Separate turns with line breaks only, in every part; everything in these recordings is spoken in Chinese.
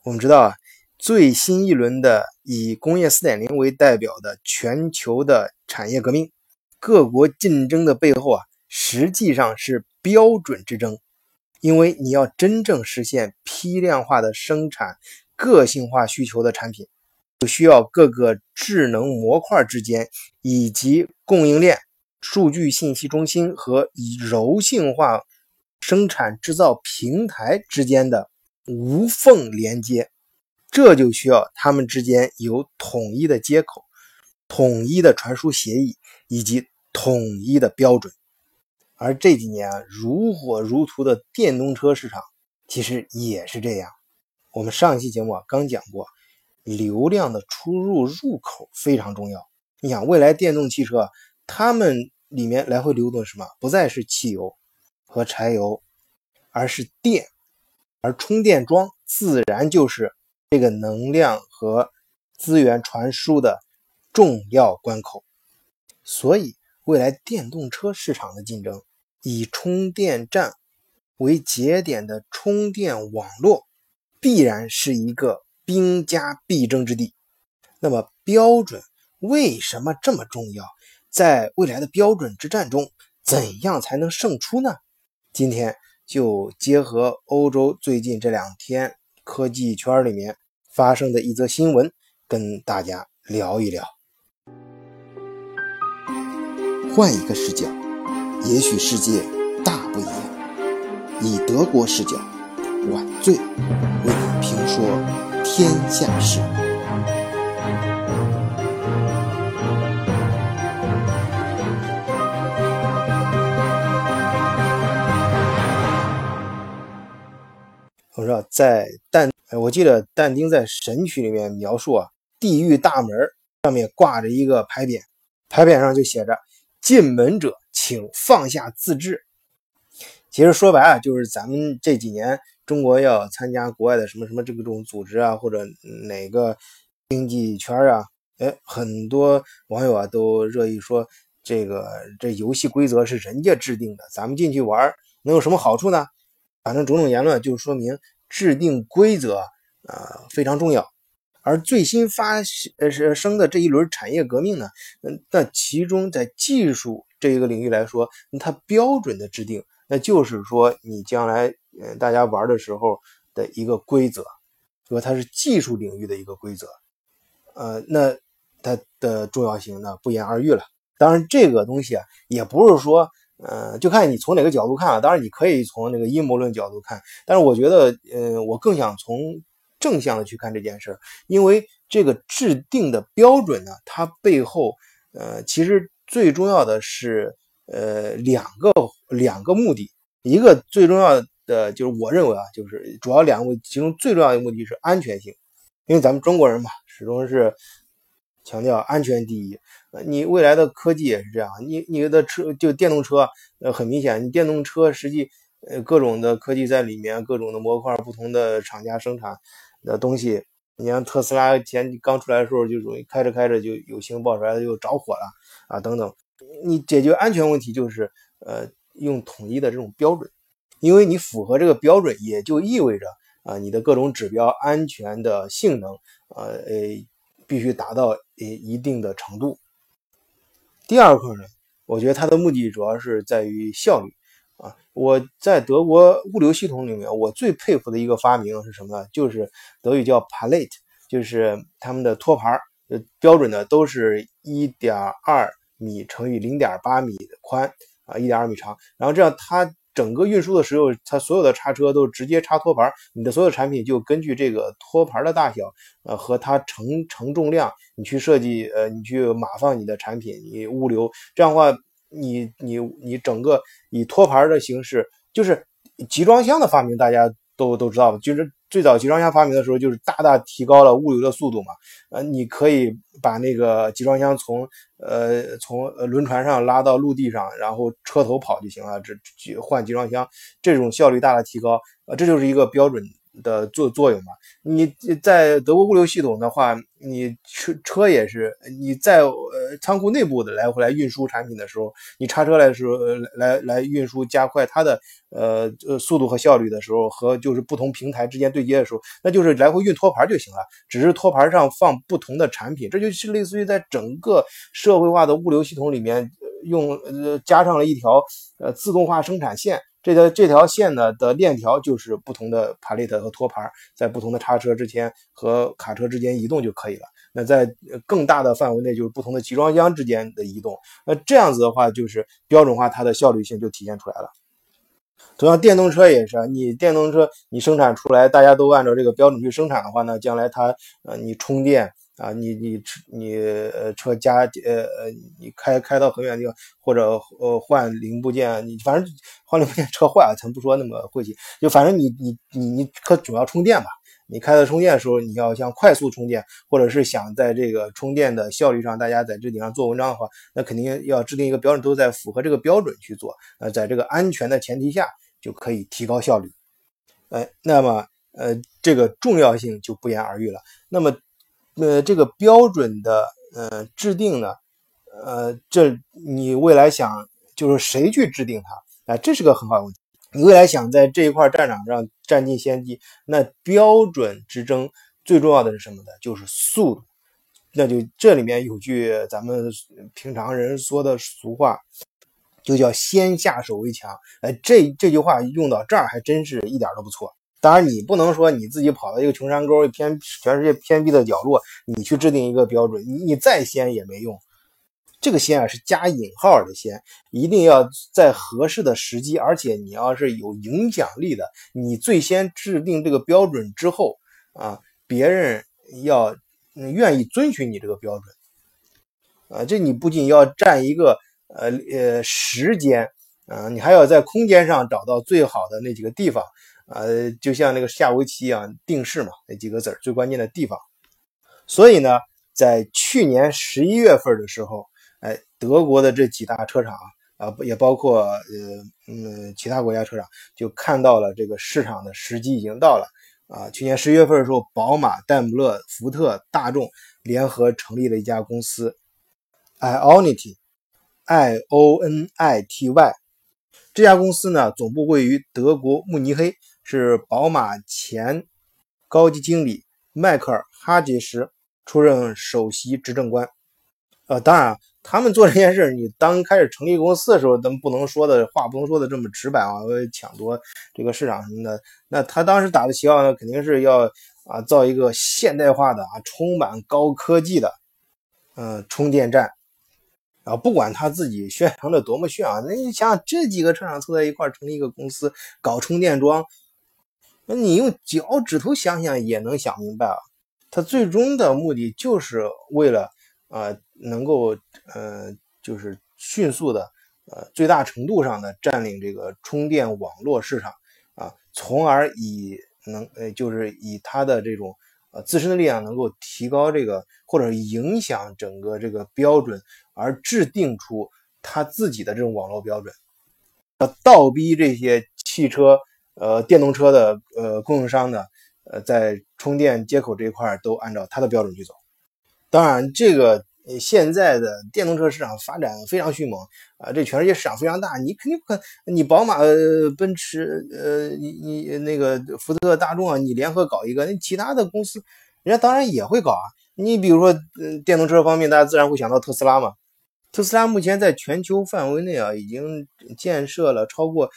我们知道啊，最新一轮的以工业 4.0 为代表的全球的产业革命，各国竞争的背后啊，实际上是标准之争。因为你要真正实现批量化的生产个性化需求的产品，就需要各个智能模块之间以及供应链、数据信息中心和柔性化生产制造平台之间的无缝连接，这就需要它们之间有统一的接口、统一的传输协议以及统一的标准。而这几年啊，如火如荼的电动车市场其实也是这样。我们上一期节目刚讲过，流量的出入入口非常重要。你想，未来电动汽车它们里面来回流动什么？不再是汽油和柴油，而是电。而充电桩自然就是这个能量和资源传输的重要关口。所以未来电动车市场的竞争，以充电站为节点的充电网络必然是一个兵家必争之地。那么标准为什么这么重要？在未来的标准之战中，怎样才能胜出呢？今天就结合欧洲最近这2天科技圈里面发生的一则新闻，跟大家聊一聊。
换一个视角，也许世界大不一样。以德国视角，晚醉为你评说天下事。
我知道我记得但丁在《神曲》里面描述啊，地狱大门上面挂着一个牌匾，牌匾上就写着进门者请放下自治。其实说白了，就是咱们这几年中国要参加国外的什么什么这种组织啊，或者哪个经济圈啊，很多网友啊都热议说，这游戏规则是人家制定的，咱们进去玩能有什么好处呢？反正种种言论就说明制定规则非常重要。而最新发生的这一轮产业革命呢，那其中在技术这一个领域来说，它标准的制定，那就是说你将来大家玩的时候的一个规则，说它是技术领域的一个规则，那它的重要性呢不言而喻了。当然这个东西啊，也不是说就看你从哪个角度看啊。当然你可以从那个阴谋论角度看，但是我觉得我更想从正向的去看这件事，因为这个制定的标准呢，它背后其实最重要的是两个目的。一个最重要的就是我认为啊，就是主要2个目的，其中最重要的目的是安全性。因为咱们中国人嘛，始终是强调安全第一。你未来的科技也是这样，你的车就电动车，很明显，你电动车实际各种的科技在里面，各种的模块，不同的厂家生产的东西。你像特斯拉刚出来的时候，就容易开着开着就有星爆出来就着火了啊等等。你解决安全问题就是用统一的这种标准，因为你符合这个标准，也就意味着你的各种指标安全的性能必须达到一定的程度。第二个呢，我觉得它的目的主要是在于效率啊。我在德国物流系统里面，我最佩服的一个发明是什么呢？就是德语叫 pallet， 就是他们的托盘，标准的都是 1.2 米乘以 0.8 米的宽啊， 1.2 米长。然后这样它整个运输的时候，它所有的插车都直接插托盘，你的所有产品就根据这个托盘的大小和它承重量，你去设计你去码放你的产品，你物流，这样的话你整个以托盘的形式，就是集装箱的发明大家都知道，就是最早集装箱发明的时候，就是大大提高了物流的速度嘛。你可以把那个集装箱从轮船上拉到陆地上，然后车头跑就行了，换集装箱，这种效率大大提高。这就是一个标准的作用嘛。你在德国物流系统的话，你车也是你在仓库内部的来回来运输产品的时候，你叉车来说来运输加快它的速度和效率的时候，和就是不同平台之间对接的时候，那就是来回运托盘就行了，只是托盘上放不同的产品，这就是类似于在整个社会化的物流系统里面加上了一条自动化生产线。这条线呢的链条就是不同的帕列特和托盘，在不同的叉车之间和卡车之间移动就可以了。那在更大的范围内就是不同的集装箱之间的移动。那这样子的话，就是标准化它的效率性就体现出来了。同样电动车也是，你电动车你生产出来，大家都按照这个标准去生产的话呢，将来它你充电啊，你车加你开到很远的地方，或者换零部件，你反正换零部件车坏了，咱不说那么晦气，就反正你可主要充电吧。你开到充电的时候，你要想快速充电，或者是想在这个充电的效率上，大家在这点上做文章的话，那肯定要制定一个标准，都在符合这个标准去做。在这个安全的前提下，就可以提高效率。那么这个重要性就不言而喻了。那么这个标准的制定呢，这你未来想就是谁去制定它？这是个很好的问题。你未来想在这一块战场上占尽先机，那标准之争最重要的是什么呢？就是速度。那就这里面有句咱们平常人说的俗话，就叫先下手为强。这句话用到这儿还真是一点都不错。当然你不能说你自己跑到一个穷山沟全世界偏僻的角落，你去制定一个标准，你再先也没用。这个先是加引号的先，一定要在合适的时机，而且你要是有影响力的，你最先制定这个标准之后别人要愿意遵循你这个标准这你不仅要占一个时间你还要在空间上找到最好的那几个地方就像那个下围棋一样，定式嘛，那几个字最关键的地方。所以呢，在去年11月份的时候，德国的这几大车厂也包括其他国家车厂，就看到了这个市场的时机已经到了去年11月份的时候，宝马、戴姆勒、福特、大众联合成立了一家公司 Ionity IONITY。 这家公司呢，总部位于德国慕尼黑，是宝马前高级经理迈克尔·哈杰什出任首席执政官。当然他们做这件事，你当开始成立公司的时候，咱们不能说的这么直白抢夺这个市场什么的。那他当时打的旗号呢，肯定是要造一个现代化的充满高科技的充电站。不管他自己宣扬的多么炫那你想想这几个车厂凑在一块成立一个公司搞充电桩，那你用脚趾头想想也能想明白他最终的目的就是为了能够就是迅速的最大程度上的占领这个充电网络市场从而就是以他的这种自身的力量能够提高这个或者影响整个这个标准，而制定出他自己的这种网络标准，倒逼这些汽车电动车的供应商呢在充电接口这一块都按照他的标准去走。当然这个现在的电动车市场发展非常迅猛这全世界市场非常大，你肯定不可能你宝马奔驰你那个福特大众你联合搞一个，那其他的公司人家当然也会搞你比如说电动车方面，大家自然会想到特斯拉嘛。特斯拉目前在全球范围内已经建设了超过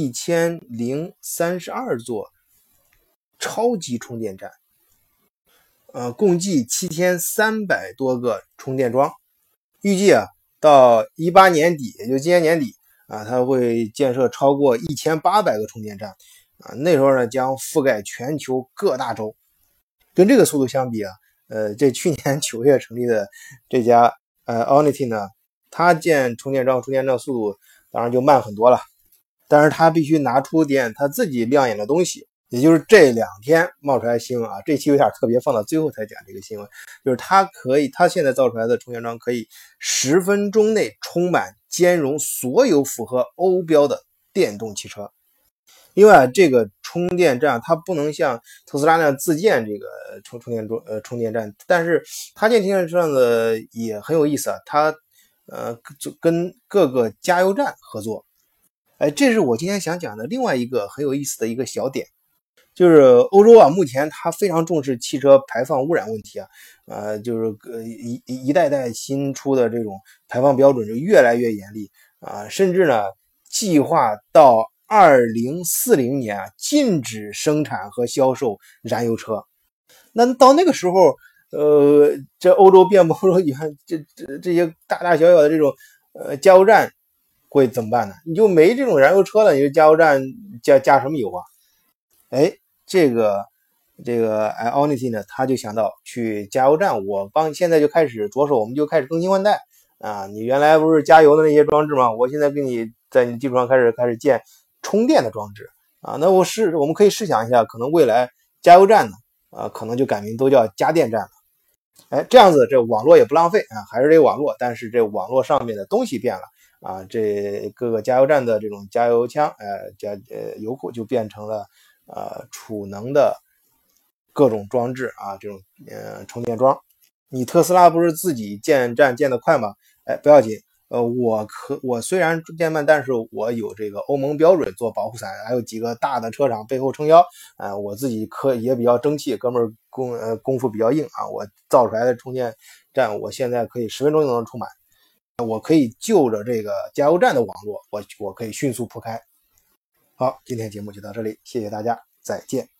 1032座超级充电站共计7300多个充电桩。预计到18年底，也就今年年底它会建设超过1800个充电站那时候呢将覆盖全球各大洲。跟这个速度相比这去年9月成立的这家Ionity 呢，它建充电站速度当然就慢很多了，但是它必须拿出点它自己亮眼的东西。也就是这2天冒出来新闻这期有点特别，放到最后才讲这个新闻，就是它现在造出来的充电桩可以10分钟内充满兼容所有符合欧标的电动汽车。 另外，这个充电站它不能像特斯拉那样自建这个充电站，但是它建充电站的也很有意思啊，它就跟各个加油站合作。这是我今天想讲的另外一个很有意思的一个小点，就是欧洲啊，目前它非常重视汽车排放污染问题啊，就是一代代新出的这种排放标准就越来越严厉啊，甚至呢计划到2040年啊禁止生产和销售燃油车。那到那个时候，这欧洲遍布你看这些大大小小的这种加油站会怎么办呢？你就没这种燃油车了，你就加油站加什么油啊？这个 Ionity 呢，他就想到去加油站，现在就开始着手，我们就开始更新换代啊！你原来不是加油的那些装置吗？我现在给你在你基础上开始建充电的装置啊！那我们可以试想一下，可能未来加油站呢，可能就改名都叫加电站了。这样子这网络也不浪费啊，还是这个网络，但是这网络上面的东西变了啊，这各个加油站的这种加油枪，油库就变成了储能的各种装置啊，这种充电桩。你特斯拉不是自己建站建得快吗？不要紧，我虽然建慢，但是我有这个欧盟标准做保护伞，还有几个大的车厂背后撑腰我自己也比较争气，哥们儿功夫比较硬啊，我造出来的充电站，我现在可以10分钟就能充满。我可以就着这个加油站的网络，我可以迅速铺开。好，今天节目就到这里，谢谢大家，再见。